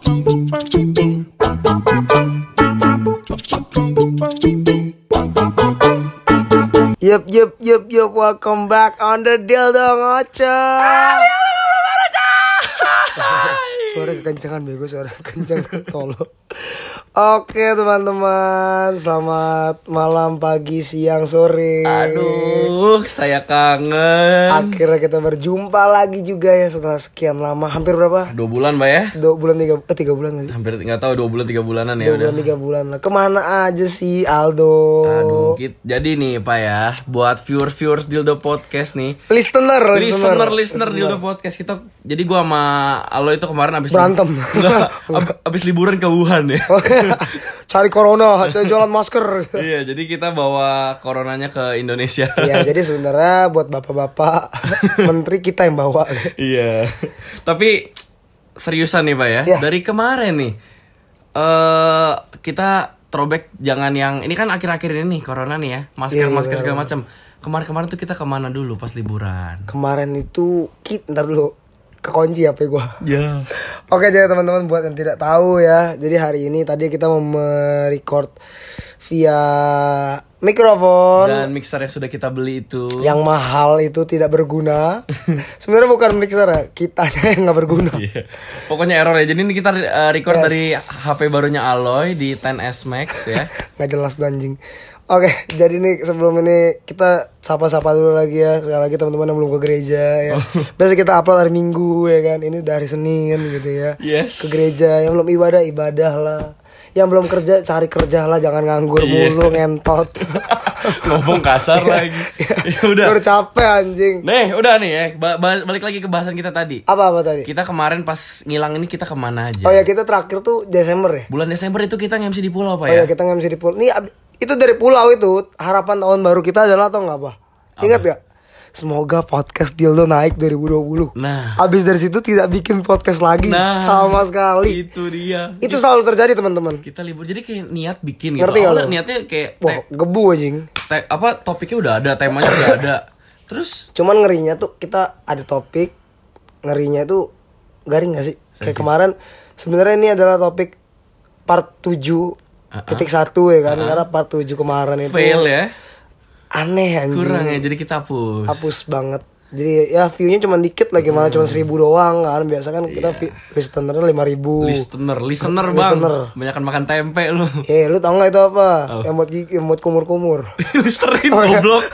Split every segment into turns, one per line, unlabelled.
Yup, welcome back on the Dildo Ngoceh. Suara kekencangan bego, suara kencang tolong. Oke teman-teman, selamat malam, pagi, siang, sore.
Aduh, saya kangen.
Akhirnya kita berjumpa lagi juga ya setelah sekian lama. Hampir berapa?
2 bulan Mbak ya?
2 bulan 3 bulan gak sih?
Hampir gak tahu 2 bulan 3 bulanan
2
ya
bulan 3 bulan lah. Kemana aja sih Aldo?
Aduh, jadi nih Pak ya, buat viewers Dildo Podcast nih,
Listener
Dildo Podcast kita. Jadi gua sama Alo itu kemarin abis
berantem.
abis liburan ke Wuhan ya.
Cari corona, cari jualan masker.
Iya, jadi kita bawa coronanya ke Indonesia.
Iya, jadi sebenarnya buat bapak-bapak menteri kita yang bawa.
Iya. Tapi seriusan nih Pak ya,
Ya.
dari kemarin nih kita throwback, jangan yang ini kan akhir-akhir ini nih corona nih ya, masker segala macam. Kemarin tuh kita kemana dulu pas liburan?
Kemarin itu ntar dulu kekunci HP gue.
Ya.
Oke, jadi teman-teman buat yang tidak tahu ya, jadi hari ini tadi kita mau merecord via mikrofon
Dan mixer yang sudah kita beli itu
yang mahal itu tidak berguna. Sebenarnya bukan mixer ya, kitanya yang nggak berguna.
Iya. Pokoknya error ya. Jadi ini kita record dari HP barunya Aloy di 10S Max ya.
Nggak jelas anjing. Oke, jadi nih sebelum ini kita sapa-sapa dulu lagi ya. Sekali lagi teman-teman yang belum ke gereja ya. Biasa kita upload hari Minggu ya kan. Ini udah hari Senin gitu ya.
Yes.
Ke gereja. Yang belum ibadah lah. Yang belum kerja cari kerja lah, jangan nganggur mulu ngentot.
Ngomong kasar lagi. Ya udah.
Udah capek anjing.
Nih, udah nih ya. Balik lagi ke bahasan kita tadi.
Apa tadi?
Kita kemarin pas ngilang ini kita kemana aja?
Oh ya, kita terakhir tuh Desember ya.
Bulan Desember itu kita nge-MC di pulau Pak
Oh
ya?
ya, kita nge-MC di pulau. Nih itu dari pulau itu harapan tahun baru kita adalah tau nggak apa? Ingat gak? Semoga podcast Dildo naik 2020.
Nah,
abis dari situ tidak bikin podcast lagi sama sekali.
Itu dia.
Itu selalu terjadi teman-teman.
Kita libur jadi kayak niat bikin gitu.
Ngerti gak lo?
Niatnya kayak
Wah, gebu anjing.
topiknya udah ada, temanya udah ada. Terus
Cuman ngerinya tuh kita ada topik, ngerinya itu garing gak sih? Kayak kemarin sebenarnya ini adalah topik part 7.1 ya kan. Karena part 7 kemarin itu
fail ya.
Aneh anjing.
Kurang ya, jadi kita hapus.
Hapus banget. Jadi ya view-nya cuma dikit lah, gimana cuma 1.000 doang kan. Biasa kan kita listenernya 5.000.
Listener bang. Banyakan makan tempe lu.
Lu tau gak itu apa? Yang buat kumur-kumur.
Listerin goblok.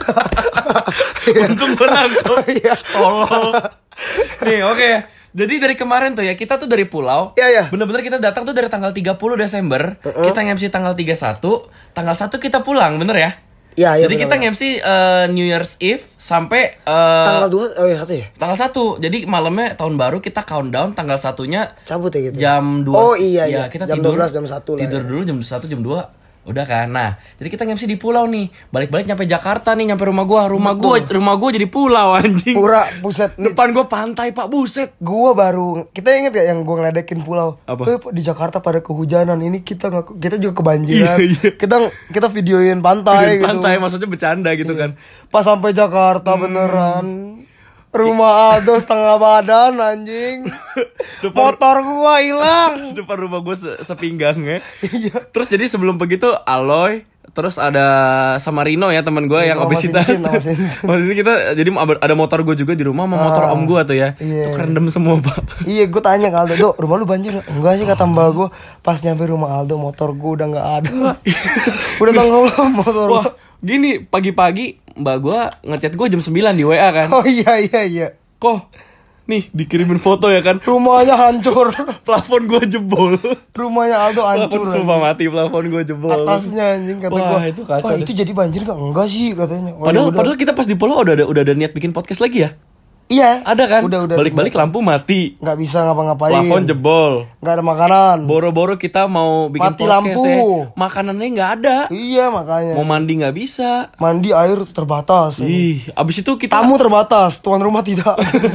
Untung berangkap. Tolong. Nih oke. Jadi dari kemarin tuh ya, kita tuh dari pulau.
Iya.
Bener-bener kita datang tuh dari tanggal 30 Desember. Kita nge-MC tanggal 31. Tanggal 1 kita pulang, bener ya?
Iya.
Jadi kita nge-MC New Year's Eve sampai
tanggal 2 1 ya?
Tanggal 1. Jadi malamnya tahun baru kita countdown, tanggal 1-nya
cabut ya gitu.
Jam 2.
Oh iya.
Kita
jam
tidur
12 jam 1 lah.
Tidur dulu jam 1 jam 2. Udah kan. Nah, jadi kita nge-MC di pulau nih. Balik-balik nyampe Jakarta nih, nyampe rumah gua jadi pulau anjing.
Pura, buset.
Depan gua pantai, Pak, buset.
Gua baru, kita inget gak yang gua ngeledekin pulau?
Apa?
Di Jakarta pada kehujanan, ini kita juga kebanjiran.
Iya.
Kita videoin pantai gitu.
Pantai maksudnya bercanda gitu kan.
Pas sampai Jakarta beneran rumah Aldo setengah badan anjing. Motor gua hilang.
Depan rumah gua sepinggang ya.
Iya.
Terus jadi sebelum begitu Aloy, terus ada sama Rino ya, teman gue yang obesitas. Maksudnya kita jadi ada motor gue juga di rumah sama motor om gue tuh ya. Itu kerendam semua Pak.
Iya, gue tanya ke Aldo, "Do, rumah lu banjir?" "Enggak sih," kata mbak gue. Pas nyampe rumah Aldo, motor gue udah gak ada. Udah tenggelam motor.
Wah, gini pagi-pagi mbak gue ngechat gue jam 9 di WA kan.
Oh iya.
Kok nih dikirimin foto ya kan,
rumahnya hancur.
plafon gue jebol.
Rumahnya Aldo hancur.
Sumpah mati, plafon gue jebol.
Atasnya anjing, kata gue.
Itu kacau.
Wah, itu jadi banjir gak? Enggak sih katanya.
Padahal kita pas di pulau udah ada niat bikin podcast lagi ya.
Iya.
Ada kan?
Udah.
Balik-balik lampu mati.
Nggak bisa ngapa-ngapain.
Plafon jebol.
Nggak ada makanan.
Boro-boro kita mau bikin
mati
podcast
lampu.
Makanannya nggak ada.
Iya makanya.
Mau mandi nggak bisa.
Mandi air terbatas.
Ih, abis itu kita.
Tamu terbatas, tuan rumah tidak.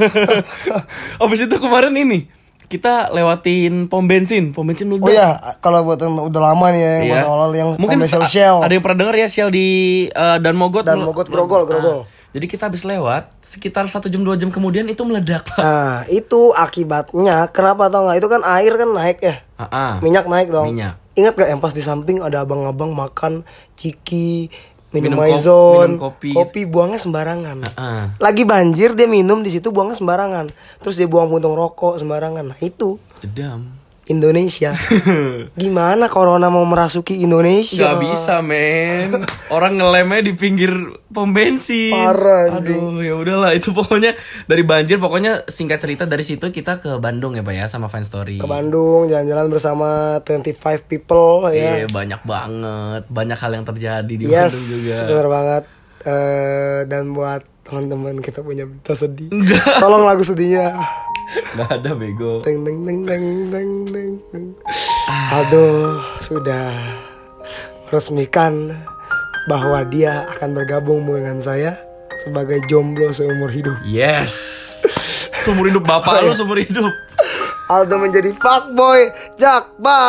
Abis itu kemarin ini kita lewatin pom bensin udah.
Oh iya, kalau buat yang udah lama nih ya, yang masa awal yang
mungkin
Shell.
ada yang pernah dengar ya Shell di Dan Mogot
Grogol.
Jadi kita habis lewat sekitar 1 jam 2 jam kemudian itu meledak.
Nah itu akibatnya kenapa tau nggak? Itu kan air kan naik ya, minyak naik dong. Ingat gak yang pas di samping ada abang-abang makan ciki, minum maizon, kopi buangnya sembarangan. Lagi banjir dia minum di situ buangnya sembarangan. Terus dia buang puntung rokok sembarangan. Nah itu
jedam
Indonesia. Gimana corona mau merasuki Indonesia?
Gak bisa men. Orang ngelemnya di pinggir pom bensin.
Parah.
Aduh ya udahlah itu pokoknya dari banjir. Pokoknya singkat cerita dari situ kita ke Bandung ya Pak ya sama Fan Story.
Ke Bandung jalan-jalan bersama 25 people ya.
Iya banyak banget. Banyak hal yang terjadi di Bandung juga.
Yes benar banget. Dan buat teman-teman kita punya berita sedih. Tolong lagu sedihnya.
Gak ada bego.
Teng teng teng teng teng teng. Aldo sudah meresmikan bahwa dia akan bergabung dengan saya sebagai jomblo seumur hidup.
Yes. Seumur hidup bapak lu seumur hidup.
Aldo menjadi fuckboy Jakbar.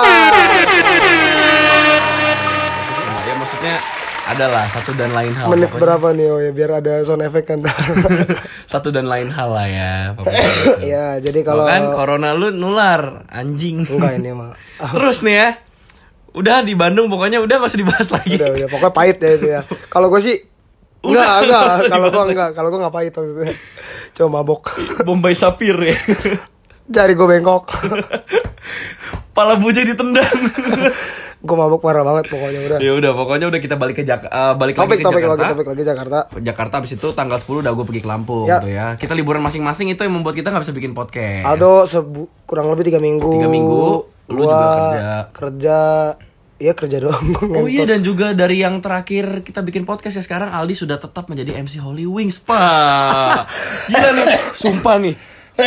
Ya maksudnya adalah satu dan lain hal.
Menit pokoknya. Berapa nih oh ya biar ada sound effect kan.
Satu dan lain hal lah ya.
Ya jadi kalau
kan corona lu nular anjing.
Enggak ini mah.
Terus nih ya. Udah di Bandung pokoknya udah gak usah dibahas lagi.
Udah pokoknya pahit ya itu ya. Kalau gue sih enggak. Kalau gue nggak pahit maksudnya. Cuma mabok.
Bombay Sapir ya.
Jari gue bengkok.
Pala bujai ditendang.
Gue mabuk parah banget pokoknya udah.
Ya udah pokoknya udah kita balik ke Jakarta.
Topik lagi Jakarta.
Jakarta abis itu tanggal 10 udah gue pergi ke Lampung tuh ya. Kita liburan masing-masing itu yang membuat kita nggak bisa bikin podcast.
Aldo kurang lebih 3 minggu.
3 minggu. Lu juga
kerja doang.
Oh iya dan juga dari yang terakhir kita bikin podcast ya sekarang Aldi sudah tetap menjadi MC Holy Wings Pak. Gila nih, sumpah nih.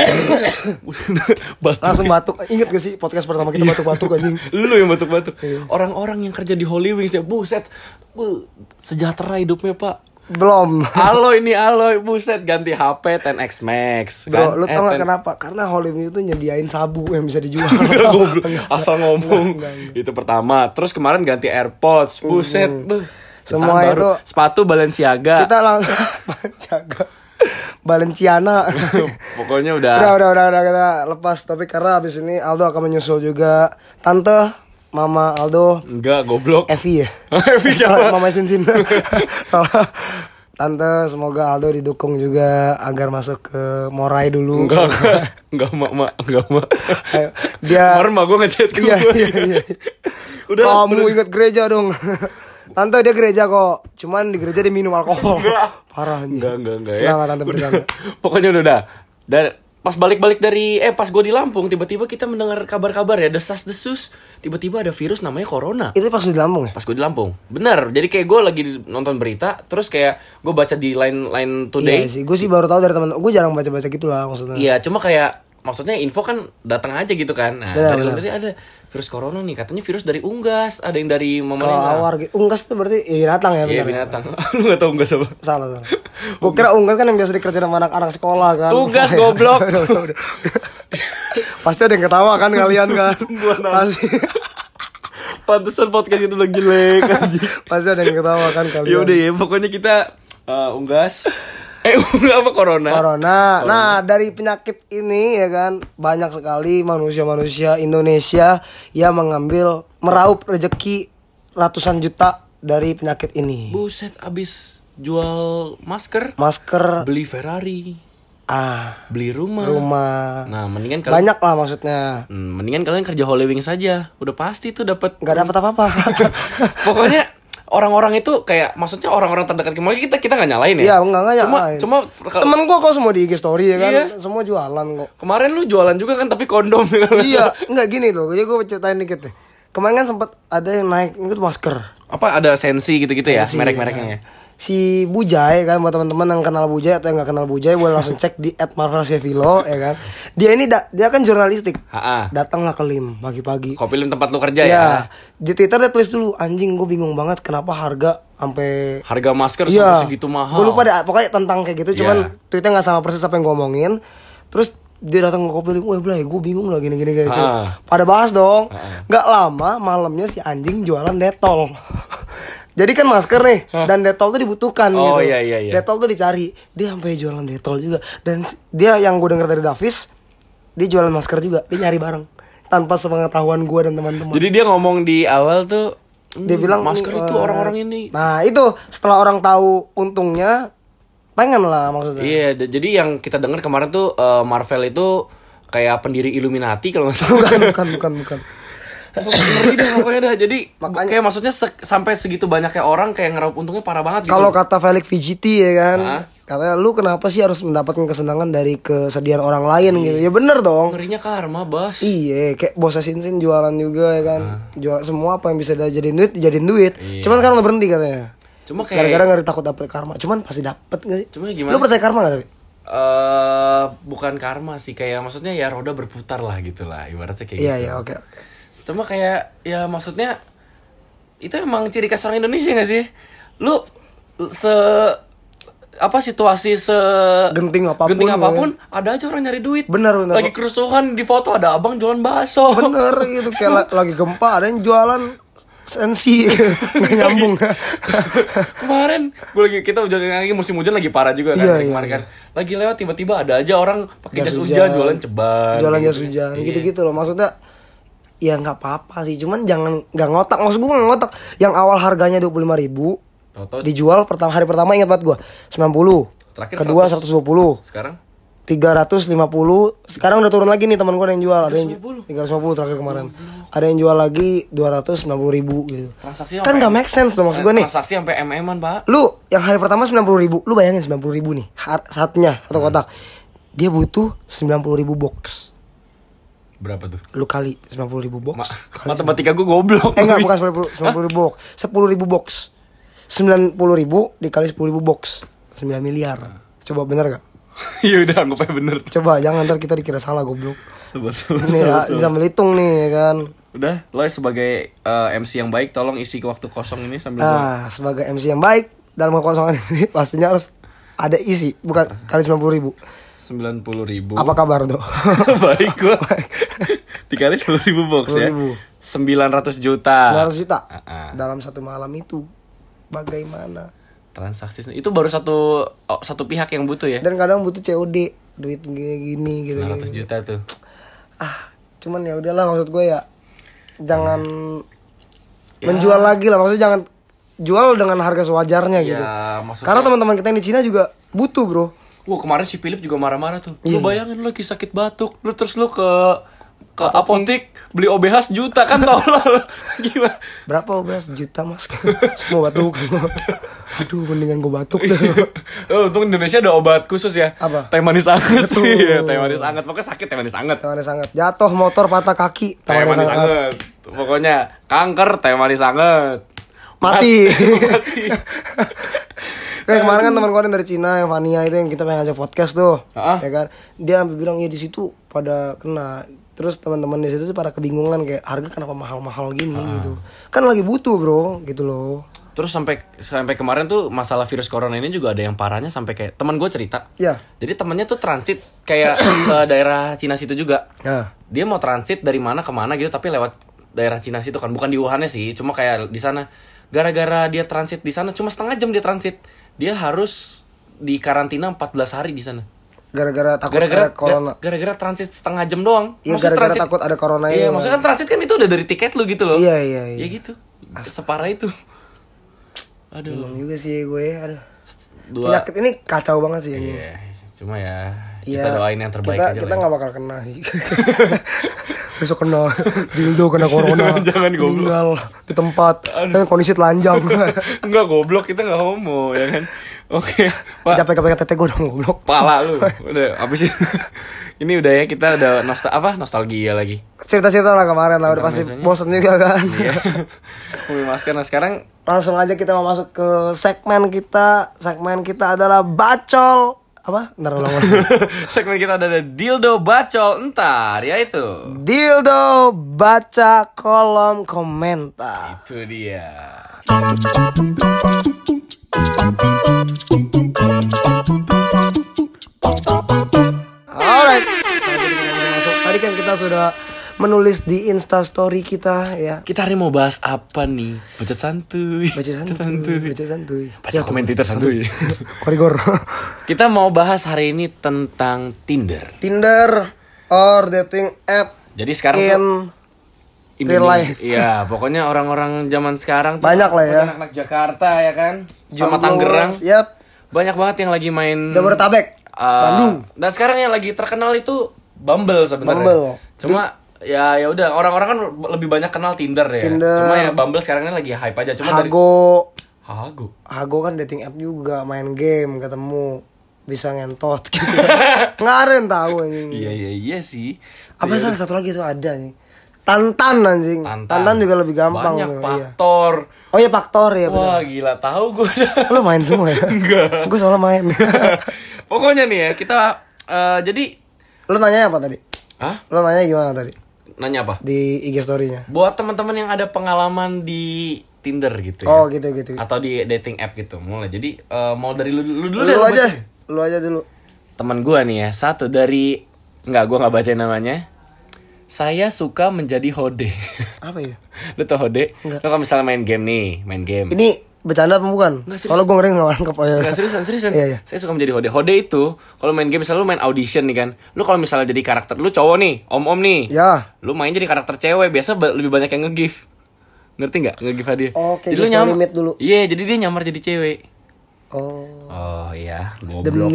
Langsung batuk. Ingat gak sih podcast pertama kita batuk-batuk anjing?
Lu yang batuk-batuk. Orang-orang yang kerja di Holy Wings ya buset. Sejahtera hidupnya Pak.
Belum.
Aloy buset ganti HP 10X Max.
Bro, lu tau gak kenapa? Karena Holy Wings itu nyediain sabu yang bisa dijual.
Asal ngomong. Itu pertama. Terus kemarin ganti AirPods. Buset.
Semua itu
sepatu Balenciaga.
Kita langsung Balenciana.
Pokoknya udah
kita lepas. Tapi karena abis ini Aldo akan menyusul juga tante Mama Aldo.
Enggak, goblok.
Evi ya.
Evi siapa?
Mama Sinsin. Salah. Tante, semoga Aldo didukung juga agar masuk ke Morai dulu.
Enggak, mak.
Dia
kemarin mak gue ngechat ke gue.
Iya. Udah, kamu ingat gereja dong. Tante dia gereja kok. Cuman di gereja dia minum alkohol. Parah nih.
Enggak ya.
Enggak tante bercanda.
Pokoknya udah. Dan pas balik-balik dari pas gue di Lampung tiba-tiba kita mendengar kabar-kabar ya desas-desus tiba-tiba ada virus namanya corona.
Itu pas di Lampung ya?
Pas gue di Lampung. Bener. Jadi kayak gue lagi nonton berita terus kayak gue baca di line today.
Iya sih. Gue sih baru tahu dari teman. Gue jarang baca-baca gitu lah maksudnya.
Iya, cuma kayak maksudnya info kan datang aja gitu kan. Nah, dari ada virus corona nih, katanya virus dari unggas, ada yang dari mamalia.
Kelawar gitu. Unggas tuh berarti binatang ya benar.
Iya, binatang. Lu enggak tahu unggas apa?
Salah. Gue kira unggas kan yang biasa dikerjain sama anak-anak sekolah kan.
Tugas goblok.
Udah. Pasti ada yang ketawa kan kalian kan. Pasti.
Pantesan podcast itu lagi jelek.
Pasti ada yang ketawa kan kalian.
Yaudah ya, pokoknya kita unggas. Apa corona?
Nah dari penyakit ini ya kan banyak sekali manusia-manusia Indonesia yang meraup rezeki ratusan juta dari penyakit ini.
Buset, abis jual masker, beli Ferrari, beli rumah. Nah mendingan kalian
banyak lah maksudnya.
Mendingan kalian kerja Holy Wings saja, udah pasti tuh dapat.
Nggak dapat apa-apa.
Pokoknya orang-orang itu kayak maksudnya orang-orang terdekat kita nggak nyalain ya.
Iya, nggak nyalain.
Cuma
temen gua kok semua di IG story ya kan, semua jualan kok.
Kemarin lu jualan juga kan tapi kondom ya kan.
Iya, nggak gini loh. Jadi gua ceritain dikit deh. Kemarin kan sempat ada yang naik itu masker.
Apa ada Sensi gitu-gitu ya, merek-mereknya ya.
Si Bujai kan buat teman-teman yang kenal Bujai atau yang nggak kenal Bujai boleh langsung cek di @marvelshevilo ya kan. Dia ini dia kan jurnalistik. Datanglah ke LIM pagi-pagi.
Kopi LIM tempat lu kerja ya.
Di Twitter dia tulis dulu, anjing gue bingung banget kenapa harga
masker sampai segitu mahal.
Gue lupa deh pokoknya tentang kayak gitu cuman tweetnya nggak sama persis apa yang gue omongin. Terus dia datang ke Kopi LIM, gue bingung lah gini-gini kayak gitu. Pada bahas dong. Nggak lama malamnya si anjing jualan detol. Jadi kan masker nih dan detol tuh dibutuhkan gitu.
Iya.
Detol tuh dicari. Dia sampai jualan detol juga. Dan dia yang gue denger dari Davis, dia jualan masker juga. Dia nyari bareng tanpa sepengetahuan gue dan teman-teman.
Jadi dia ngomong di awal tuh
dia bilang
masker itu orang-orang ini.
Nah itu setelah orang tahu untungnya pengen lah maksudnya.
Iya, jadi yang kita dengar kemarin tuh Marvel itu kayak pendiri Illuminati kalau nggak salah.
Bukan.
Ngeri dah pokoknya dah. Jadi
Makanya,
kayak maksudnya sampai segitu banyaknya orang kayak ngeraup untungnya parah banget gitu.
Kalau kata Felix Vijiti ya kan, katanya lu kenapa sih harus mendapatkan kesenangan dari kesedihan orang lain gitu. Ya bener dong.
Ngerinya karma, Bos.
Iya, kayak Bos Sinsin jualan juga ya kan. Jual semua apa yang bisa dijadiin duit. Cuman sekarang udah berhenti katanya.
Cuma kayak
gara-gara ngeri takut dapet karma. Cuman pasti dapet gak sih?
Cuma gimana?
Lu percaya karma gak tapi?
Bukan karma sih, kayak maksudnya ya roda berputar lah gitu lah, ibaratnya kayak
Iya,
gitu.
iya, oke.
Cuma kayak ya maksudnya itu emang ciri khas orang Indonesia gak sih? Lu situasi
genting apapun
ada aja orang nyari duit.
Bener.
Lagi kerusuhan di foto ada abang jualan bakso.
Bener gitu, kayak lagi gempa ada yang jualan sensi. Nggak nyambung.
Kemarin kita lagi musim hujan lagi parah juga kan. Kemarin kan lagi lewat tiba-tiba ada aja orang pakai jas hujan jualan ceban.
Jualan jas hujan gitu-gitu loh. Maksudnya ya nggak apa-apa sih, cuman jangan nggak ngotak. Maksud gue nggak ngotak. Yang awal harganya 25.000 dijual hari pertama ingat banget gue 90.
Terakhir
kedua 120.
Sekarang
350. Sekarang udah turun lagi nih teman gue yang jual. Ada yang 350 terakhir kemarin. Ada yang jual lagi 290.000 gitu.
Transaksi
kan nggak make sense dong maksud gue nih.
Transaksi sampai MM-an, Pak.
Lu yang hari pertama 90.000, lu bayangin 90.000 nih satunya atau kotak. Dia butuh 90.000 box.
Berapa tuh?
Lu kali 90.000 box.
Matematika gue goblok.
Enggak, bukan 90.000 box. 10.000 box. 90.000 dikali 10.000 box. 9 miliar. Coba bener gak?
Ya udah anggap aja bener.
Coba jangan ntar kita dikira salah goblok.
Sabar.
Nih ya, sambil hitung nih ya kan.
Udah, lo sebagai MC yang baik tolong isi waktu kosong ini sambil
sebagai MC yang baik dalam kekosongan ini pastinya harus ada isi, bukan kali 90.000.
90.000.
Apa kabar dok?
Baik gua. Dikali 10.000 box 10.000. Ya. 900 juta.
900 juta. Dalam satu malam itu bagaimana?
Transaksi itu baru satu pihak yang butuh ya.
Dan kadang butuh COD, duit gini gitu.
900 juta tuh.
Cuman ya udahlah, maksud gue ya jangan menjual lagi lah, maksudnya jangan jual dengan harga sewajarnya gitu. Karena teman-teman kita yang di Cina juga butuh, bro.
Kemarin si Philip juga marah-marah tuh. Lu bayangin lu lagi sakit batuk, lu terus lu ke apotek beli OBH sejuta kan tolol. Gimana?
Berapa OBH sejuta, Mas? Semua batuk semua. Aduh, mendingan gue batuk deh.
Untung Indonesia ada obat khusus ya.
Apa?
Teh manis anget. Iya, teh manis anget. Pokoknya sakit teh manis anget.
Teh manis anget. Jatuh motor patah kaki,
teh manis anget. Pokoknya kanker teh manis anget.
Mati. Kayak kemarin kan teman gue dari Cina yang Fania itu yang kita pengen ngajak podcast tuh, ya kan? Dia sampai bilang ya di situ pada kena. Terus teman-teman di situ tuh pada kebingungan kayak harga kenapa mahal-mahal gini gitu. Kan lagi butuh, bro, gitu loh.
Terus sampai kemarin tuh masalah virus corona ini juga ada yang parahnya sampai kayak teman gue cerita.
Iya.
Jadi temannya tuh transit kayak ke daerah Cina situ juga. Dia mau transit dari mana ke mana gitu tapi lewat daerah Cina situ kan, bukan di Wuhannya sih, cuma kayak di sana. Gara-gara dia transit di sana cuma setengah jam dia transit. Dia harus di karantina 14 hari di sana.
Gara-gara takut ada corona.
Gara-gara transit setengah jam doang.
Iya, gara-gara takut ada corona.
Iya, maksudnya kan transit kan itu udah dari tiket lu gitu loh.
Iya.
Ya gitu. Separah itu. Aduh.
Bingung juga sih gue. Aduh. Penyakit ini kacau banget sih ini.
Iya. Cuma ya kita doain yang terbaik aja.
Kita nggak bakal kena sih. Besok kena dildo, kena corona.
Jangan goblok.
Tinggal di tempat. Dan kondisi telanjang.
Enggak goblok, kita enggak homo ya kan. Oke, Pak.
Jangan pegang tete gue dong goblok.
Pala lu. Udah habis ini udah ya, kita udah nostalgia lagi.
Cerita-cerita lah kemarin lah, udah pasti bosen juga kan.
Iya. Pakai masker. Nah, sekarang
langsung aja kita mau masuk ke segmen kita. Segmen kita adalah bacol. Apa? Ntar ulang.
Segmen kita ada dildo bacol entar, yaitu
dildo baca kolom komentar.
Itu dia.
Alright. Tadi kan kita sudah menulis di Insta story kita ya.
Kita hari mau bahas apa nih? Bacot santuy.
Baca santuy.
Baca komen Twitter santuy.
Korigor.
Kita mau bahas hari ini tentang Tinder.
Tinder or dating app.
Jadi sekarang
in real life.
Iya, pokoknya orang-orang zaman sekarang tuh
banyak lah ya.
Anak-anak Jakarta ya kan, sama
Jomblo,
Tangerang.
Yap.
Banyak banget yang lagi main
Jabodetabek, Bandung.
Dan sekarang yang lagi terkenal itu Bumble sebenarnya.
Bumble.
Cuma ya udah orang-orang kan lebih banyak kenal Tinder ya.
Tinder.
Cuma ya Bumble sekarang ini lagi hype aja. Cuma
Hago kan dating app juga, main game ketemu bisa ngentot gitu. Nggak ada yang tahu anjing.
Iya sih.
Apa salah satu lagi tuh ada nih. Tantan anjing. Tantan juga lebih gampang.
Banyak faktor.
Oh iya faktor ya.
Wah bener. Gila tahu gue.
Lo main semua ya?
Enggak.
Gue soalnya main.
Pokoknya nih ya kita jadi.
Lo nanya apa tadi?
Hah?
Lo nanya gimana tadi?
Nanya apa?
Di IG story-nya.
Buat teman-teman yang ada pengalaman di Tinder gitu ya.
Oh gitu.
Atau di dating app gitu. Mulai. Jadi mau dari lu dulu
deh. Lu aja dulu.
Teman gua nih ya, satu dari gua enggak bacain namanya. Saya suka menjadi hode.
Apa ya?
Lu tau hode? Lu kalau misalnya main game.
Ini bercanda apa bukan? Soalnya gue ngeri gak nangkep aja.
Enggak, seriusan.
Iya.
Saya suka menjadi hode. Hode itu kalau main game misalnya lu main audition nih kan. Lu kalau misalnya jadi karakter, lu cowok nih, om nih.
Ya.
Lu main jadi karakter cewek, biasa lebih banyak yang nge-give. Ngerti enggak? Nge-give hadiah.
Oke, jadi lu limit dulu.
Iya, jadi dia nyamar jadi cewek.
Oh
iya, goblok.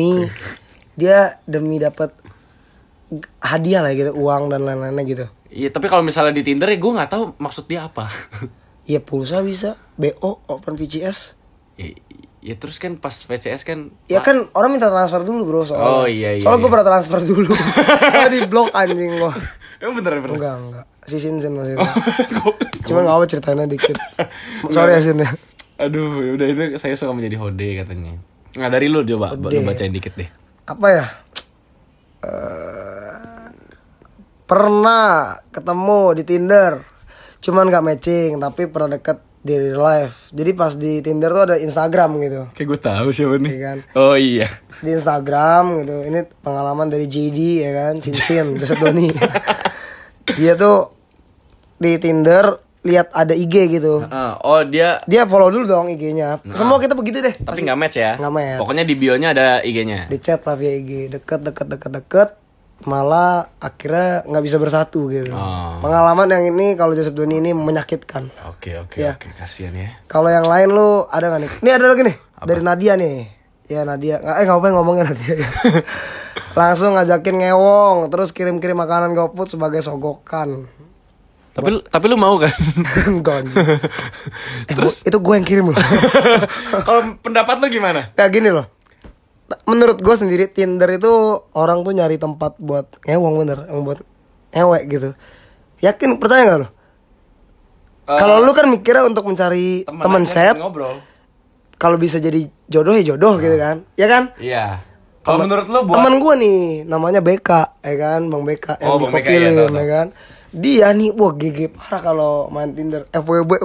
Demi dapat hadiah lah gitu, uang dan lain-lainnya gitu.
Iya, tapi kalau misalnya di Tinder ya gue nggak tahu maksud dia apa.
Iya, pulsa bisa, BO, open VCS.
Ya terus kan pas VCS kan.
Ya kan orang minta transfer dulu bro soalnya.
Oh iya.
Soalnya gue pernah transfer dulu. Gue di blok anjing gue.
Emang bener.
Enggak. Si Sinsen maksudnya. Cuman gak apa ceritanya dikit. Sorry ya Sin ya.
Aduh, udah itu saya suka menjadi hode katanya. Nah dari lu coba, lu bacain dikit deh.
Apa ya? Pernah ketemu di Tinder, cuman gak matching, tapi pernah deket di real life. Jadi pas di Tinder tuh ada Instagram gitu.
Kayak gue tahu siapa nih.
Iya kan?
Oh iya.
Di Instagram gitu. Ini pengalaman dari JD ya kan, Sinsin, Joseph Doni. Dia tuh di Tinder lihat ada IG gitu. Dia follow dulu dong IG-nya. Semua kita begitu deh.
Tapi nggak match ya.
Nggak match.
Pokoknya di bio-nya ada IG-nya.
Di chat lah via IG. Deket. Malah akhirnya nggak bisa bersatu gitu. Pengalaman yang ini kalau Joseph Doni ini menyakitkan.
Oke, kasihan ya.
Kalau yang lain lu ada nggak nih? Ini ada lagi nih. Apa? Dari Nadia nih. Ya Nadia. Ngapain ngomongin Nadia? Langsung ngajakin ngewong, terus kirim-kirim makanan GoFood sebagai sogokan.
Tapi lu mau kan?
Enggak. Terus itu gue yang kirim loh.
Kalau pendapat lu gimana?
Kayak gini loh. Menurut gue sendiri Tinder itu orang tuh nyari tempat buat ngewong bener, yang buat ngewek gitu. Yakin percaya nggak lo? Kalau lu kan mikirnya untuk mencari teman chat, kalau bisa jadi jodoh ya jodoh gitu kan, ya kan?
Iya. Kalau menurut lu buat
teman gue nih namanya BK, ya kan, Bang BK yang di Kopilin, ya kan? Dia nih, wah GG parah kalau main Tinder, FWB.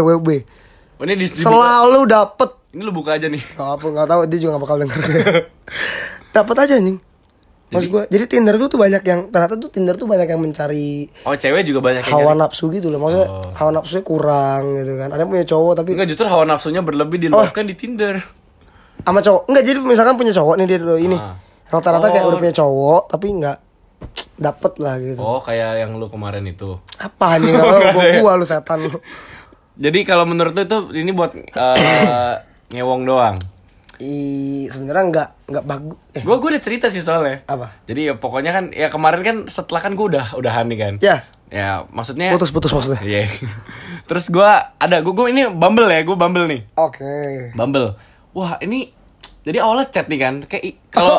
Ini
selalu dapet.
Ini lu buka aja nih.
Nggak tahu, dia juga nggak bakal denger. Dapat aja nih. Maksud gue, jadi Tinder tuh banyak yang ternyata tuh Tinder tuh banyak yang mencari.
Oh, cewek juga banyak yang
hawa nafsu gitu loh. Maksudnya hawa nafsunya kurang gitu kan. Ada yang punya cowok tapi
enggak, justru hawa nafsunya berlebih diluapkan di Tinder.
Sama cowok. Enggak, jadi misalkan punya cowok nih dia dulu ini. Rata-rata kayak udah punya cowok tapi enggak dapet lah gitu.
Oh, kayak yang lu kemarin itu.
Apa anjing, gua lu setan lu.
Jadi kalau menurut lu itu ini buat ngewong doang.
Sebenarnya enggak bagus.
Gue udah cerita sih soalnya.
Apa?
Jadi ya pokoknya kan ya kemarin kan setelah kan gue udahan nih kan.
Ya.
Ya maksudnya
putus maksudnya.
Iya. Terus gue ini Bumble ya, gue Bumble nih.
Oke.
Bumble. Wah, ini jadi awalnya chat nih kan. Kayak kalau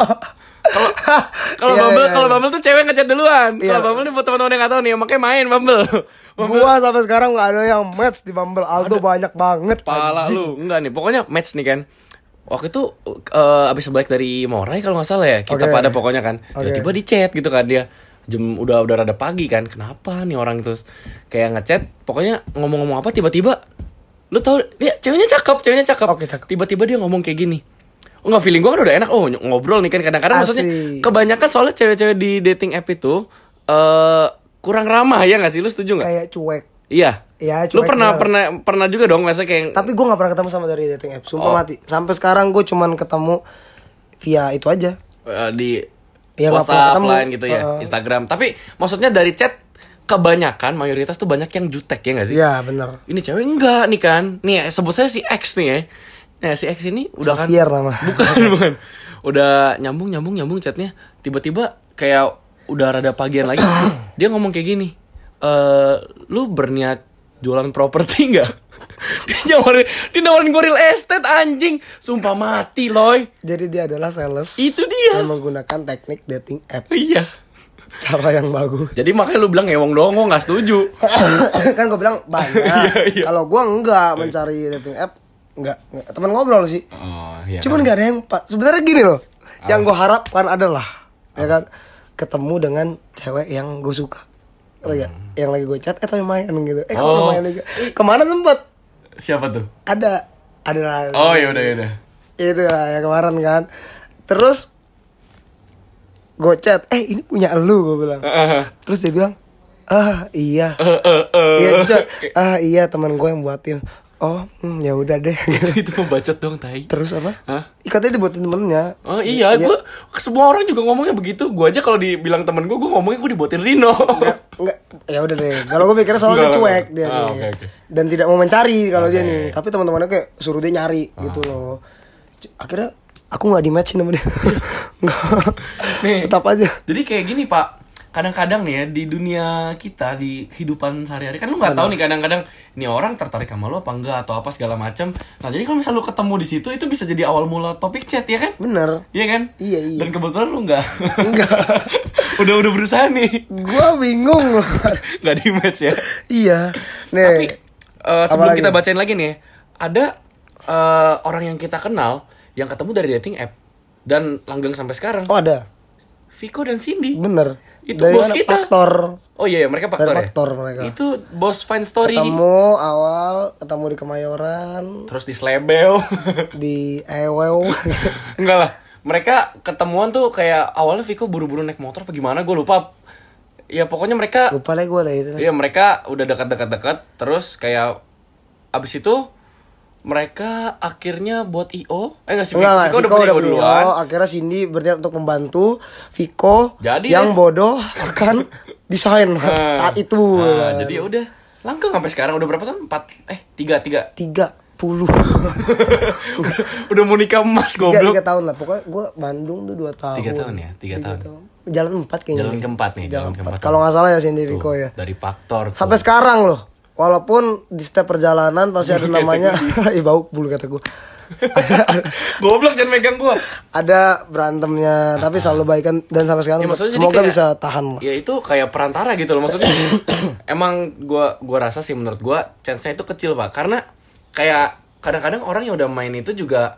Bumble tuh cewek ngechat duluan. Kalau Bumble nih buat teman-teman yang enggak tahu nih, makanya main Bumble.
Gua sampai sekarang nggak ada yang match di Bumble. Aldo banyak banget.
Pala lu. Enggak nih, pokoknya match nih kan. Waktu itu abis balik dari Morai kalau nggak salah ya, kita pada pokoknya kan. Tiba-tiba di chat gitu kan dia. Jam udah rada pagi kan. Kenapa nih orang terus kayak ngechat, pokoknya ngomong-ngomong apa tiba-tiba lu tahu dia ceweknya cakep.
Oke, cakep.
Tiba-tiba dia ngomong kayak gini. Enggak, feeling gue kan udah enak. Oh, ngobrol nih kan kadang-kadang maksudnya kebanyakan soalnya cewek-cewek di dating app itu kurang ramah ya nggak sih? Lu setuju nggak?
Kayak cuek.
Iya.
Ya,
lu pernah juga dong masa kayak.
Tapi gue nggak pernah ketemu sama dari dating app. Sumpah mati. Sampai sekarang gue cuman ketemu via itu aja.
Di
ya,
WhatsApp lain gitu ya, Instagram. Tapi maksudnya dari chat kebanyakan mayoritas tuh banyak yang jutek ya nggak sih?
Iya benar.
Ini cewek enggak nih kan? Nih sebut saya si X nih ya. Nah si X ini udah
Xavier
kan?
Nama.
Bukan. Udah nyambung chatnya. Tiba-tiba kayak udah rada pagian lagi. Dia ngomong kayak gini. Lu berniat jualan properti nggak? Dia nawarin gue real estate anjing. Sumpah mati loy.
Jadi dia adalah sales.
Itu dia.
Yang menggunakan teknik dating app.
Iya.
Cara yang bagus.
Jadi makanya lu bilang ngewong doang, gue gak setuju.
Kan gue bilang banyak. Kalau gue enggak mencari dating app, enggak. Teman ngobrol sih.
Iya.
Cuman gak ada yang sebenarnya gini loh. Yang gue harapkan adalah ya kan ketemu dengan cewek yang gue suka. Yang lagi gue chat tapi main gitu. Kalau main juga. Kemana sempet?
Siapa tuh?
Ada
Oh ya udah.
Itu lah ya kemarin kan. Terus gue chat, ini punya elu gue bilang. Terus dia bilang, iya. Iya teman gue yang buatin. Oh, ya udah deh.
Itu pembacot dong, tai.
Terus apa? Katanya dibuatin temennya.
Oh iya, gue semua orang juga ngomongnya begitu. Gue aja kalau dibilang temen gue ngomongnya gue dibuatin Rino.
Enggak. Ya udah deh. Kalau gue mikirnya soalnya dia cuek dia nih. Okay. Dan tidak mau mencari kalau dia nih. Tapi teman-temannya kayak suruh dia nyari gitu loh. Akhirnya aku nggak di match sama dia. Nih, tetap aja.
Jadi kayak gini Pak, kadang-kadang nih ya di dunia kita di kehidupan sehari-hari kan lu nggak tahu nih kadang-kadang nih orang tertarik sama lu apa enggak atau apa segala macam. Nah jadi kalau misalnya lu ketemu di situ itu bisa jadi awal mula topik chat ya kan?
Bener.
Iya kan?
Iya.
Dan kebetulan lu nggak. udah berusaha nih.
Gua bingung loh.
Nggak di match ya?
Iya. Nih.
Tapi sebelum kita bacain lagi nih, ada orang yang kita kenal yang ketemu dari dating app dan langgeng sampai sekarang.
Oh ada.
Viko dan Cindy.
Bener.
Itu
dari
bos kita.
Faktor.
Oh iya, mereka faktor ya.
Faktor mereka.
Itu bos Fine Story.
Ketemu di Kemayoran.
Terus di Slebel.
Di Ewew.
Enggak lah. Mereka ketemuan tuh kayak awalnya Viko buru-buru naik motor apa gimana, gue lupa. Ya pokoknya mereka.
Lupa lah gue lah itu.
Iya mereka udah dekat. Terus kayak abis itu mereka akhirnya buat IO. Enggak sih, Viko udah punya IO duluan.
Akhirnya Cindy berniat untuk membantu Viko
jadi
yang bodoh akan desain saat itu.
Jadi udah langgeng sampai sekarang udah berapa tahun?
30.
Udah mau nikah emas goblok.
3 tahun lah. Pokoknya gue Bandung tuh 2 tahun.
3 tahun ya? 3 tahun.
Jalan 4 kayaknya.
Jalan keempat nih.
Kalau gak salah ya Cindy Viko ya.
Dari faktor tuh.
Sampai sekarang loh. Walaupun di setiap perjalanan pasti ada namanya. Bau bulu kata gue.
Goblok jangan megang gue.
Ada berantemnya. Tapi selalu baikan. Dan sampai sekarang ya, semoga kayak, bisa tahan.
Ya itu kayak perantara gitu loh. Maksudnya emang gue rasa sih menurut gue chance-nya itu kecil Pak. Karena kayak kadang-kadang orang yang udah main itu juga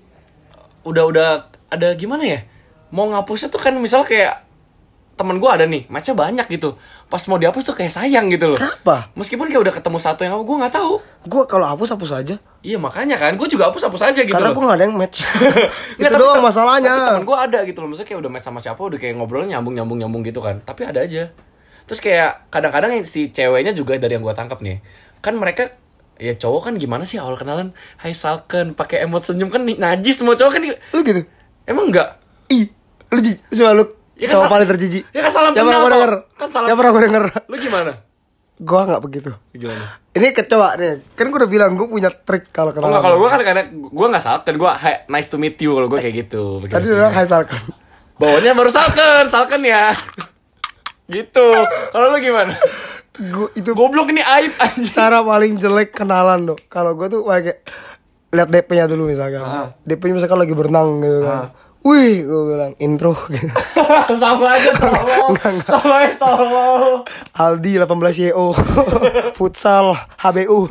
udah ada gimana ya, mau ngapusnya tuh kan misal kayak temen gue ada nih matchnya banyak gitu, pas mau dihapus tuh kayak sayang gitu loh.
Kenapa?
Meskipun kayak udah ketemu satu yang gue nggak tahu.
Gue kalau hapus aja.
Iya makanya kan gue juga hapus aja gitu.
Karena
gue
nggak ada yang match. Itu doang masalahnya.
Temen gue ada gitu loh, maksudnya kayak udah match sama siapa udah kayak ngobrolnya nyambung gitu kan, tapi ada aja. Terus kayak kadang-kadang si ceweknya juga dari yang gue tangkap nih kan, mereka ya cowok kan gimana sih awal kenalan, hai Salken, pakai emot senyum kan najis semua cowok kan. Lu
gitu?
Emang enggak?
Lu coba lu ya kan cowok paling terjijik.
Ya kan salam
kenal gue denger.
Kan salam.
Ya pernah gue denger.
Lu gimana?
Gue gak begitu.
Gimana?
Ini coba nih, kan gue udah bilang gue punya trik kalau kenalan.
Oh enggak, kalau gue kan karena gue gak Salken, gue hi, nice to meet you kalau gue kayak gitu.
Tadi lu bilang hai Salken.
Bawanya baru Salken ya. Gitu. Kalau lu gimana?
Gue itu
goblok, ini aib anjing.
Cara paling jelek kenalan loh. Kalau gue tuh kayak lihat DP-nya dulu misalkan. DP-nya misalkan lagi berenang gitu kan. Wih, gue bilang intro gitu.
Sama aja tolong. Sama aja tolong.
Aldi 18 YO. Futsal HBU.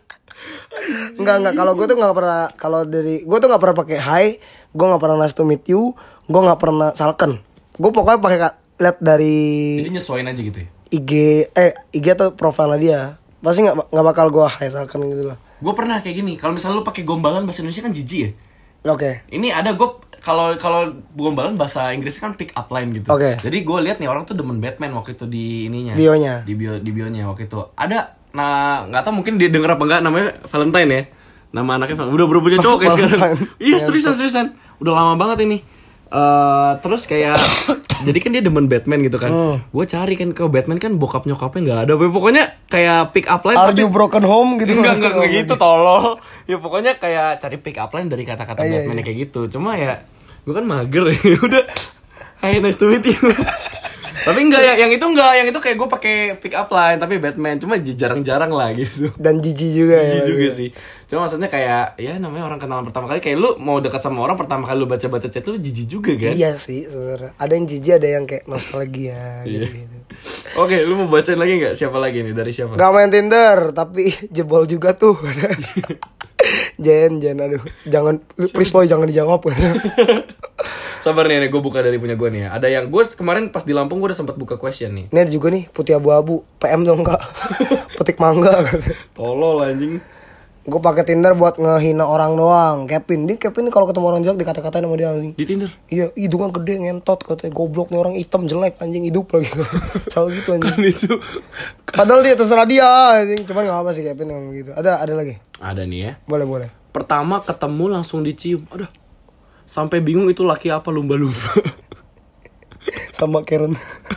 Enggak, kalau gue tuh enggak pernah, kalau dari gue tuh enggak pernah pakai hi, gue enggak pernah nice to meet you, gue enggak pernah Salken. Gue pokoknya pakai lihat dari
jadi nyesuaiin aja gitu ya.
IG atau profilnya dia. Pasti enggak bakal gue hi Salken gitu loh.
Gue pernah kayak gini, kalau misalnya lu pakai gombalan bahasa Indonesia kan jijik ya.
Oke.
Ini ada gue kalau Gombalan bahasa Inggrisnya kan pick up line gitu.
Oke.
Jadi gue lihat nih orang tuh demen Batman waktu itu di ininya.
Bionya.
Di bionya waktu itu. Ada nggak tahu mungkin dia denger apa enggak, namanya Valentine ya. Nama anaknya udah punya cowok kayak sekarang. Iya, seriusan. Udah lama banget ini. Terus kayak jadi kan dia demen Batman gitu kan. Gue cari kan ke Batman kan bokap nyokapnya nggak ada. Pokoknya kayak pick up line.
Are you broken home gitu?
Enggak gitu tolol. Ya pokoknya kayak cari pick up line dari kata-kata Batman kayak gitu. Cuma ya gue kan mager ya. Udah. Hi, nice to meet you. Tapi yang itu kayak gue pakai pick up line tapi Batman, cuma jarang-jarang lah gitu.
Dan jijik juga ya.
Jijik juga sih. Cuma maksudnya kayak ya namanya orang kenalan pertama kali, kayak lu mau dekat sama orang pertama kali lu baca-baca chat lu jijik juga kan?
Iya sih sebenarnya. Ada yang jijik, ada yang kayak nostalgia gitu.
Oke, lu mau bacain lagi enggak? Siapa lagi nih? Dari siapa?
Gak main Tinder tapi jebol juga tuh. Jen, aduh. Jangan, please boy jangan dijawab.
Sabar nih, gue buka dari punya gue nih ya. Ada yang gue kemarin pas di Lampung gue udah sempat buka question nih.
Ini ada juga nih putih abu-abu, PM dong kak. Petik mangga.
Tolol anjing.
Gue pakai Tinder buat ngehina orang doang. Kevin kalau ketemu orang jelek dikata-katain sama dia anjing.
Di Tinder?
Iya, hidungan gede ngentot katanya, goblok nih orang hitam jelek anjing, hidup lagi. Selalu gitu anjing.
Kan itu.
Padahal dia terserah dia anjing. Cuman enggak apa sih Kevin ngomong gitu. Ada lagi?
Ada nih ya.
Boleh.
Pertama ketemu langsung dicium. Aduh. Sampai bingung itu laki apa lumba-lumba.
Sama Karen.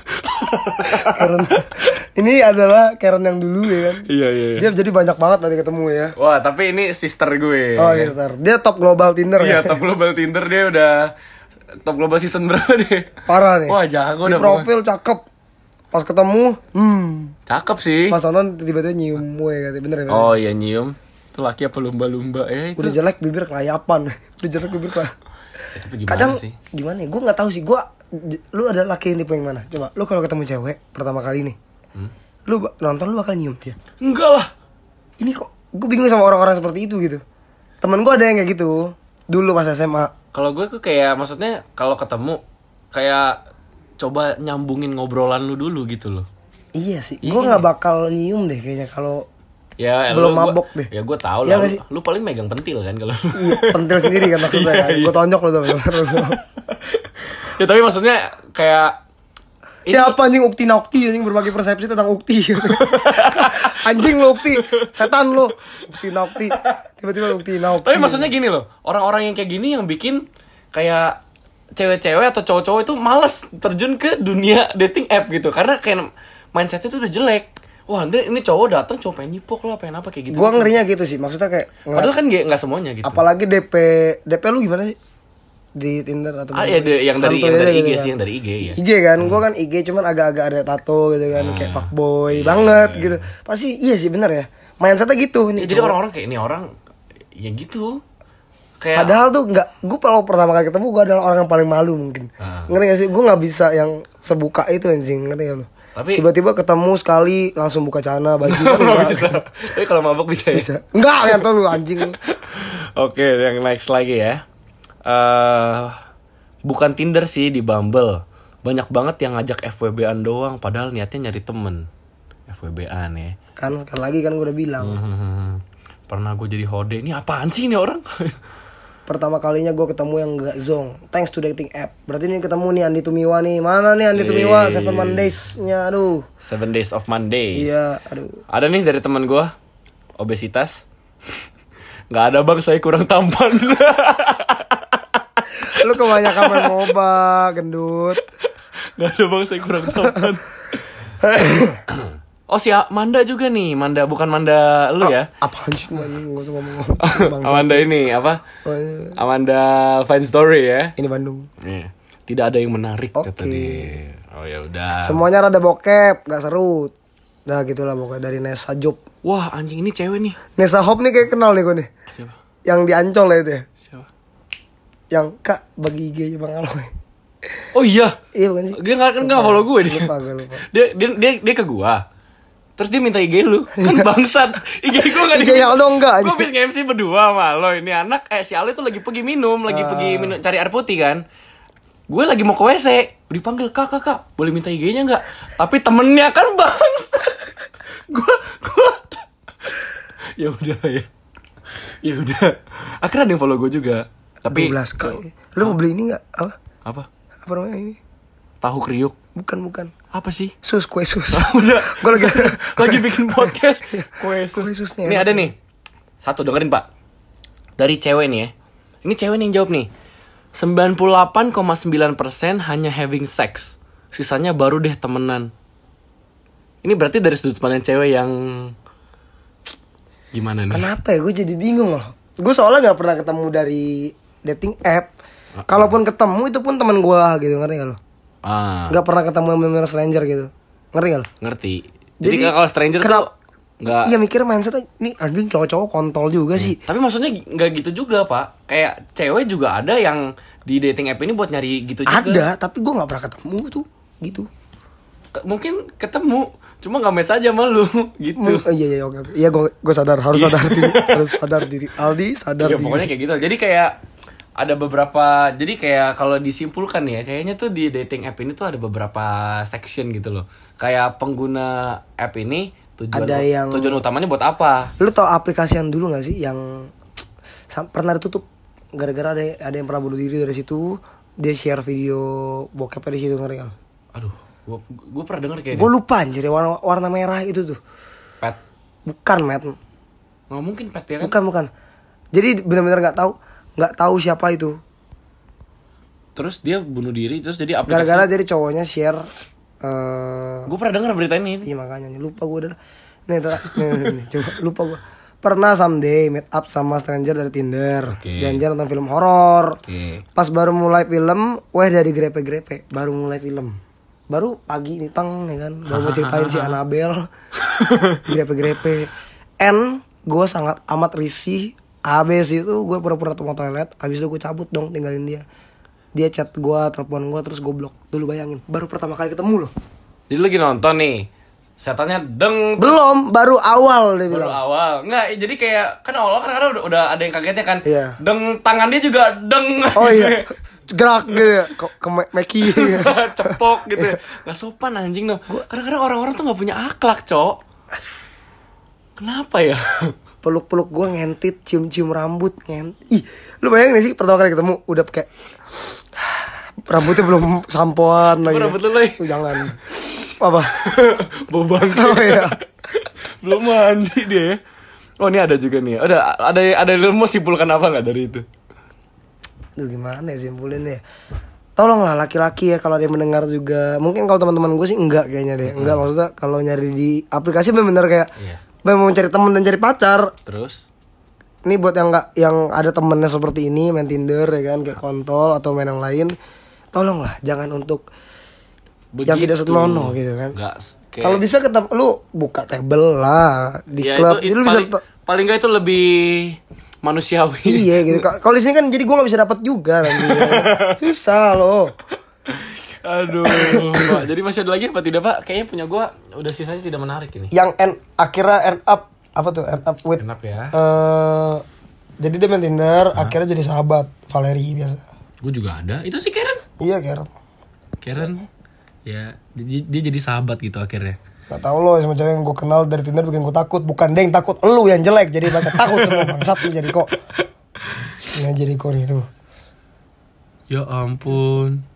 Ini adalah Karen yang dulu ya kan.
Iya.
Dia jadi banyak banget nanti ketemu ya.
Wah, tapi ini sister gue.
Oh, sister. Dia top global Tinder
ya. Iya,
kan?
top global Tinder, dia udah top global season berapa deh?
Parah nih.
Wah, jago
di
udah.
Profil cakep. Pas ketemu,
cakep sih.
Pas nonton tiba-tiba nyium gue katanya, bener ya?
Oh iya, nyium. Itu laki apa lumba-lumba itu.
Udah jelek bibir kelayapan. Kadang
sih?
Gimana ya? Gue nggak tahu sih. Lu ada laki yang tipe yang mana? Coba lu kalau ketemu cewek pertama kali nih, lu nonton lu bakal nyium dia?
Enggak lah.
Ini kok gue bingung sama orang-orang seperti itu gitu. Temen gue ada yang kayak gitu dulu pas SMA.
Kalau gue tuh kayak maksudnya kalau ketemu kayak coba nyambungin ngobrolan lu dulu gitu loh.
Iya sih. Gue nggak bakal nyium deh kayaknya kalau
ya,
belum mabok deh.
Ya gue tahu lah. Lu paling megang pentil kan kalau.
Iya, pentil sendiri kan maksudnya kan. Gue tonjok lu tuh.
Ya tapi maksudnya kayak
ini... Ya apa anjing ukti anjing berbagi persepsi tentang ukti. Anjing lo ukti, setan lo. Ukti tiba-tiba ukti.
Tapi maksudnya gini loh, orang-orang yang kayak gini yang bikin kayak cewek-cewek atau cowok-cowok itu malas terjun ke dunia dating app gitu, karena kayak mindsetnya tuh udah jelek. Wah, ini cowok datang cowok pengen nyipok lah, pengen apa kayak gitu.
Gua ngerinya gitu sih, maksudnya kayak
padahal kan nggak semuanya gitu.
Apalagi DP lu gimana sih? Di Tinder atau
ya yang dari IG gitu sih, yang dari IG ya.
IG kan, gue kan IG cuman agak-agak ada tato gitu kan, kayak fuckboy banget gitu. Pasti iya sih bener ya. Mindsetnya gitu nih.
Ya, jadi orang-orang kayak ini orang ya gitu. Kayak
padahal tuh nggak, gue kalau pertama kali ketemu gue adalah orang yang paling malu mungkin. Ngerti gak sih? Gue nggak bisa yang sebuka itu anjing, ngerti gak lo? Tapi tiba-tiba ketemu sekali langsung buka celana baju kan
nggak bisa. Tapi kalau mabok bisa ya?
Bisa. Enggak, yang tahu anjing.
Oke, yang next lagi ya. Bukan Tinder sih, di Bumble. Banyak banget yang ngajak FWB-an doang, padahal niatnya nyari temen. FWB-an ya.
Kan sekali lagi kan gue udah bilang.
Pernah gue jadi hode. Ini apaan sih ini orang?
Pertama kalinya gue ketemu yang gak zong, thanks to dating app. Berarti ini ketemu nih Andi Tumiwa nih. Mana nih Andi Tumiwa? 7 Mondays-nya, aduh.
7 Days of Mondays.
Iya, aduh.
Ada nih dari teman gue, obesitas. Gak ada bang, saya kurang tampan.
Lu kebanyakan main MOBA, gendut.
Gak ada bang, saya kurang tampan. Oh si Manda juga nih, Manda bukan Manda lu ya?
Apaan sih anjing, enggak usah ngomong.
Amanda ini apa? Amanda Fine Story ya.
Ini Bandung.
Iya. Tidak ada yang menarik kata dia. Oh ya udah.
Semuanya rada bokep, gak seru. Nah gitulah pokoknya dari Nessa Job.
Wah anjing ini cewek nih.
Nessa Hop nih kayak kenal nih gue nih.
Siapa? Yang
di Ancol ya itu ya.
Siapa?
Yang Kak bagi IG Bang Aloy.
Oh iya.
Iya bukan sih?
Dia nggak follow gue dia.
Lupa.
Dia ke gua. Terus dia minta IG lu. Kan bangsat. IG gue gak
IG yang lo enggak.
Gue habis nge-MC berdua sama lo. Ini anak si Aloy tuh lagi pergi minum. Cari air putih kan. Gue lagi mau ke WC. Dipanggil kak. Boleh minta IG-nya gak? Tapi temennya kan bangsat. Gue ya udah. Akhirnya ada yang follow gue juga. Tapi
12K. Lu mau beli ini enggak?
Apa?
Apa namanya ini?
Tahu kriuk.
Bukan.
Apa sih?
Kue sus.
Udah.
Gue
lagi bikin podcast. Kue susnya. Ini ada nih. Satu, dengerin Pak. Dari cewek nih ya. Ini cewek nih yang jawab nih. 98,9% hanya having sex. Sisanya baru deh temenan. Ini berarti dari sudut pandang cewek yang gimana nih?
Kenapa ya? Gue jadi bingung loh. Gue soalnya gak pernah ketemu dari dating app. Kalaupun ketemu itu pun teman gue gitu, ngerti gak lo? Gak pernah ketemu yang bener-bener stranger gitu. Ngerti gak lo?
Ngerti. Jadi kalau stranger tuh nggak.
Iya mikir mindsetnya ini anjing cowok-cowok kontol juga sih.
Tapi maksudnya nggak gitu juga Pak. Kayak cewek juga ada yang di dating app ini buat nyari gitu juga.
Ada, tapi gue nggak pernah ketemu tuh gitu.
Mungkin ketemu, cuma nggak match aja sama lu gitu.
Iya oke. Iya gue sadar, harus sadar diri. Aldi sadar diri.
Pokoknya kayak gitu. Jadi kayak ada beberapa, jadi kayak kalau disimpulkan ya, kayaknya tuh di dating app ini tuh ada beberapa section gitu loh. Kayak pengguna app ini tujuan utamanya buat apa?
Lu tau aplikasi yang dulu gak sih yang pernah ditutup gara-gara ada yang pernah bunuh diri dari situ, dia share video bokepnya di situ, ngerti gak?
Aduh, gue pernah denger kayaknya.
Gue lupa anjir, warna merah itu tuh.
Pet.
Bukan, Matt.
Nggak mungkin pet ya kan?
Bukan. Jadi benar-benar nggak tahu siapa itu.
Terus dia bunuh diri, terus jadi aplikasi.
Gara-gara jadi cowoknya share.
Gue pernah dengar berita ini.
Iya makanya lupa gue udah. Nih, coba lupa gue. Pernah someday meet up sama stranger dari Tinder. Janjian nonton film horor. Pas baru mulai film, dari grepe-grepe. Baru mulai film. Baru pagi nih tang ya kan. Baru mau ceritain si Annabelle. Grepe-grepe. Gue sangat amat risih. Abis itu gue pura-pura mau toilet. Abis itu gue cabut dong, tinggalin dia. Dia chat gue, telepon gue, terus gue blok. Dulu bayangin, baru pertama kali ketemu loh.
Jadi lagi nonton nih, setannya deng.
Belum, baru awal dia bilang.
Baru awal. Enggak, jadi kayak kan awal kan kadang udah ada yang kagetnya kan.
Iya.
Deng, tangan dia juga deng.
Oh iya. Gerak gitu ya, ke Meki.
Cepok gitu ya. Gak sopan anjing loh. Kadang-kadang orang-orang tuh gak punya akhlak, Cok. Kenapa ya?
Peluk-peluk gue, ngentit, cium-cium rambut, Ih, lu bayangin gak sih pertama kali ketemu udah kayak rambutnya belum sampoan lagi.
Rambut lu lagi.
Jangan. Apa?
Bau banget.
Oh iya.
Belum mandi dia. Oh, ini ada juga nih. Ada lu mau simpulkan apa enggak dari itu?
Duh, gimana ya simpulinnya? Tolonglah laki-laki ya kalau dia mendengar juga. Mungkin kalau teman-teman gue sih enggak kayaknya deh. Enggak, maksudnya kalau nyari di aplikasi benar-benar kayak mau mencari teman dan cari pacar.
Terus
ini buat yang ada temennya seperti ini main Tinder ya kan, kayak kontol atau main yang lain, tolonglah jangan untuk begitu. Yang tidak senonoh gitu kan. Kalau bisa ketemu lu buka table lah di klub,
itu
lu bisa
paling enggak itu lebih manusiawi.
Iya gitu. Kalau di sini kan jadi gue nggak bisa dapat juga nanti. Susah loh.
Aduh, Pak. Jadi masih ada lagi apa tidak Pak? Kayaknya punya gue udah sisanya tidak menarik ini.
Yang akhirnya end up apa tuh? End up with.
End up ya.
Jadi dia main Tinder, akhirnya jadi sahabat Valerie biasa.
Gue juga ada. Itu si Karen.
Iya Karen.
Ya, dia jadi sahabat gitu akhirnya.
Gak tau loh, sama cewek yang gue kenal dari Tinder bikin gue takut. Bukan dia yang takut, lu yang jelek. Jadi mereka takut semua, bangsat lu jadi kok. Ini jadi kok nih tuh.
Ya ampun.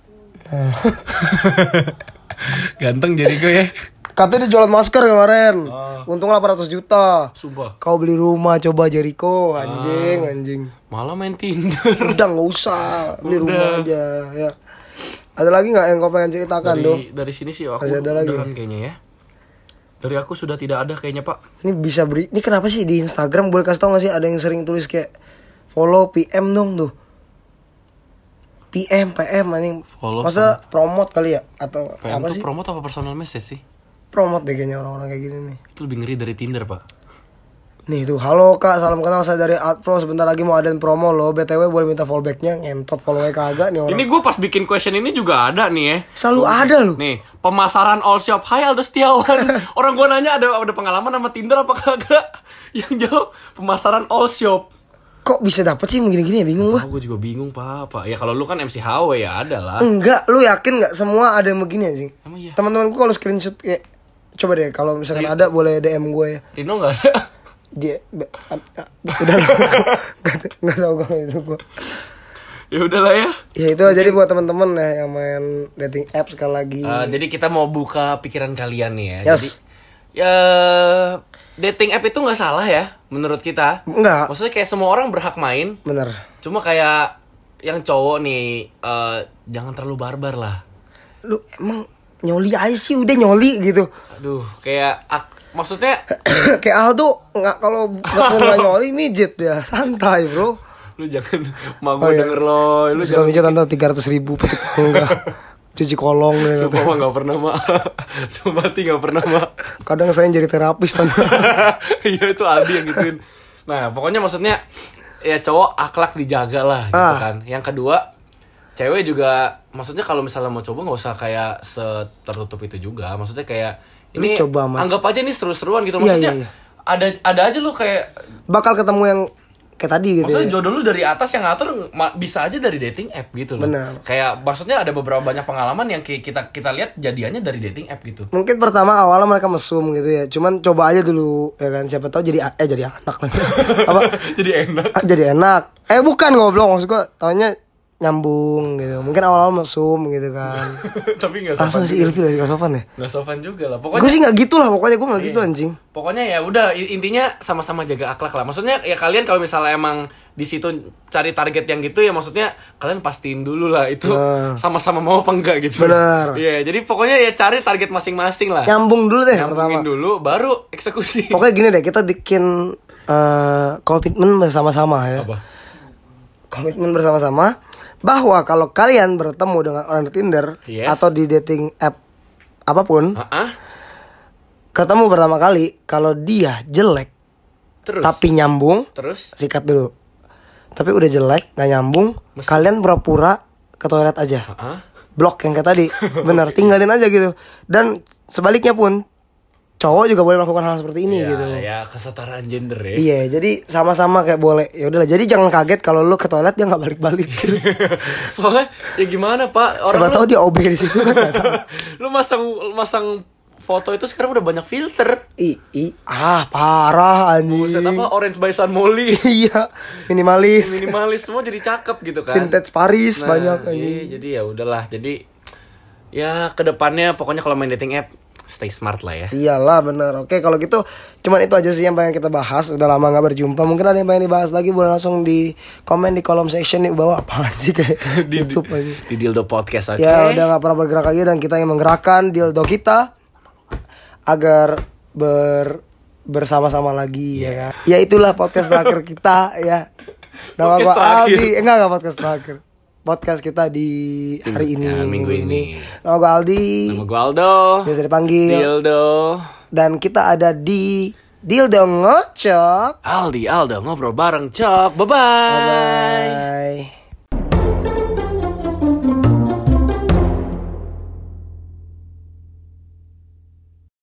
Ganteng Jericho ya.
Katanya dia jualan masker kemarin. Untung 800 juta.
Sumpah.
Kau beli rumah coba Jericho. Anjing.
Malah main Tinder.
Udah gak usah. Beli rumah aja ya. Ada lagi gak yang kau pengen ceritakan dong?
Dari sini sih aku
ada lagi
kayaknya ya. Dari aku sudah tidak ada kayaknya Pak.
Ini bisa beri. Ini kenapa sih di Instagram boleh kasih tau gak sih? Ada yang sering tulis kayak follow PM dong tuh. PM anjing. Masa promote kali ya atau
PM
apa sih?
Promote apa personal message sih?
Promote deh kayaknya orang-orang kayak gini nih.
Itu lebih ngeri dari Tinder, Pak.
Nih tuh, halo Kak, salam kenal, saya dari Adpro, sebentar lagi mau adain promo loh. BTW boleh minta fallbacknya, ngentot follow-nya kagak nih orang.
Ini gue pas bikin question ini juga ada nih ya.
Selalu ada loh.
Nih, pemasaran all shop. Hai Aldo Setiawan. Orang gue nanya ada pengalaman sama Tinder apa kagak? Yang jawab pemasaran all shop.
Kok bisa dapet sih begini-gini ya, bingung gua.
Gue juga bingung Pak. Ya kalau lu kan MC HW ya ada lah.
Enggak, lu yakin gak semua ada yang begini sih?
Emang iya?
Teman-temanku kalau screenshot kayak, coba deh kalau misalkan ada boleh DM gue ya.
Rino gak ada?
Dia udah nggak tahu kalau itu gue.
Ya udahlah ya.
Ya itu jadi buat teman-teman ya yang main dating apps sekali lagi.
Jadi kita mau buka pikiran kalian nih ya.
Yes.
Jadi ya dating app itu nggak salah ya menurut kita.
Enggak.
Maksudnya kayak semua orang berhak main.
Bener.
Cuma kayak yang cowok nih jangan terlalu barbar lah.
Lu emang nyoli aja sih, udah nyoli gitu.
Aduh, kayak maksudnya
kayak Aldo kalau nggak nyoli mijet ya, santai bro.
Lu jangan mau denger lo. Lu
suka mijet tante 300.000 petik enggak. Cuci kolong nih.
Sumpah mah gak pernah mah. Sumpah mati gak pernah mah.
Kadang saya jadi terapis tante.
Iya itu Aldi yang gituin. Nah pokoknya maksudnya ya cowok akhlak dijaga lah gitu kan. Yang kedua cewek juga maksudnya kalau misalnya mau coba gak usah kayak setertutup itu juga. Maksudnya kayak ini coba, anggap aja ini seru-seruan gitu. Maksudnya iya. Ada aja lu kayak
bakal ketemu yang kayak tadi gitu.
Maksudnya jodoh lu dari atas yang ngatur bisa aja dari dating app gitu loh.
Benar.
Kayak maksudnya ada beberapa banyak pengalaman yang kita lihat jadiannya dari dating app gitu.
Mungkin pertama awalnya mereka mesum gitu ya. Cuman coba aja dulu ya kan, siapa tahu jadi anak lagi. Apa?
Jadi enak.
Jadi enak. Bukan goblok, maksud gua taunya nyambung gitu. Mungkin awal-awal mesum gitu kan.
Tapi enggak sopan.
Langsung si ilfil gak sopan ya?
Enggak sopan juga lah. Pokoknya
gue sih enggak gitu lah, pokoknya gue enggak gitu anjing.
Pokoknya ya udah intinya sama-sama jaga akhlak lah. Maksudnya ya kalian kalau misalnya emang di situ cari target yang gitu ya maksudnya kalian pastiin dulu lah itu sama-sama mau apa enggak gitu.
Benar.
Iya, jadi pokoknya ya cari target masing-masing lah.
Nyambung dulu deh
Nyambungin
pertama.
dulu baru eksekusi.
Pokoknya gini deh, kita bikin komitmen bersama-sama ya.
Apa?
Komitmen bersama-sama bahwa kalau kalian bertemu dengan orang di Tinder atau di dating app apapun, ketemu pertama kali, kalau dia jelek, tapi nyambung, sikat dulu. Tapi udah jelek, nggak nyambung, kalian pura-pura ke toilet aja, blok yang kayak tadi, bener, tinggalin aja gitu. Dan sebaliknya pun, cowok juga boleh melakukan hal seperti ini gitu.
Ya kesetaraan gender ya.
Iya, jadi sama-sama kayak boleh. Ya udahlah, jadi jangan kaget kalau lu ke toilet dia nggak balik-balik.
Soalnya ya gimana Pak?
Siapa tahu dia OB di situ kan.
Lu masang foto itu sekarang udah banyak filter.
Parah anjing.
Buset apa Orange by Sun Molly.
Iya, minimalis
semua jadi cakep gitu kan.
Vintage Paris banyak anjing.
Iya, jadi ya udahlah. Jadi ya kedepannya pokoknya kalau main dating app stay smart lah ya.
Iyalah bener. Oke kalau gitu cuman itu aja sih yang pengen kita bahas. Udah lama gak berjumpa. Mungkin ada yang pengen dibahas lagi, boleh langsung di komen di kolom section nih bawah. Apaan sih kayak
di
YouTube aja.
Di Dildo Podcast aja.
Ya udah gak pernah bergerak lagi. Dan kita yang menggerakkan dildo kita agar bersama-sama lagi ya kan. Ya itulah podcast terakhir kita ya. Nama gue Aldi. Enggak podcast terakhir. Podcast kita di hari ini,
minggu ini.
Nama gue Aldi.
Nama gue Aldo.
Biasa dipanggil
Dildo.
Dan kita ada di Dildo Ngocok.
Aldo ngobrol bareng Cok. Bye-bye.
Bye-bye.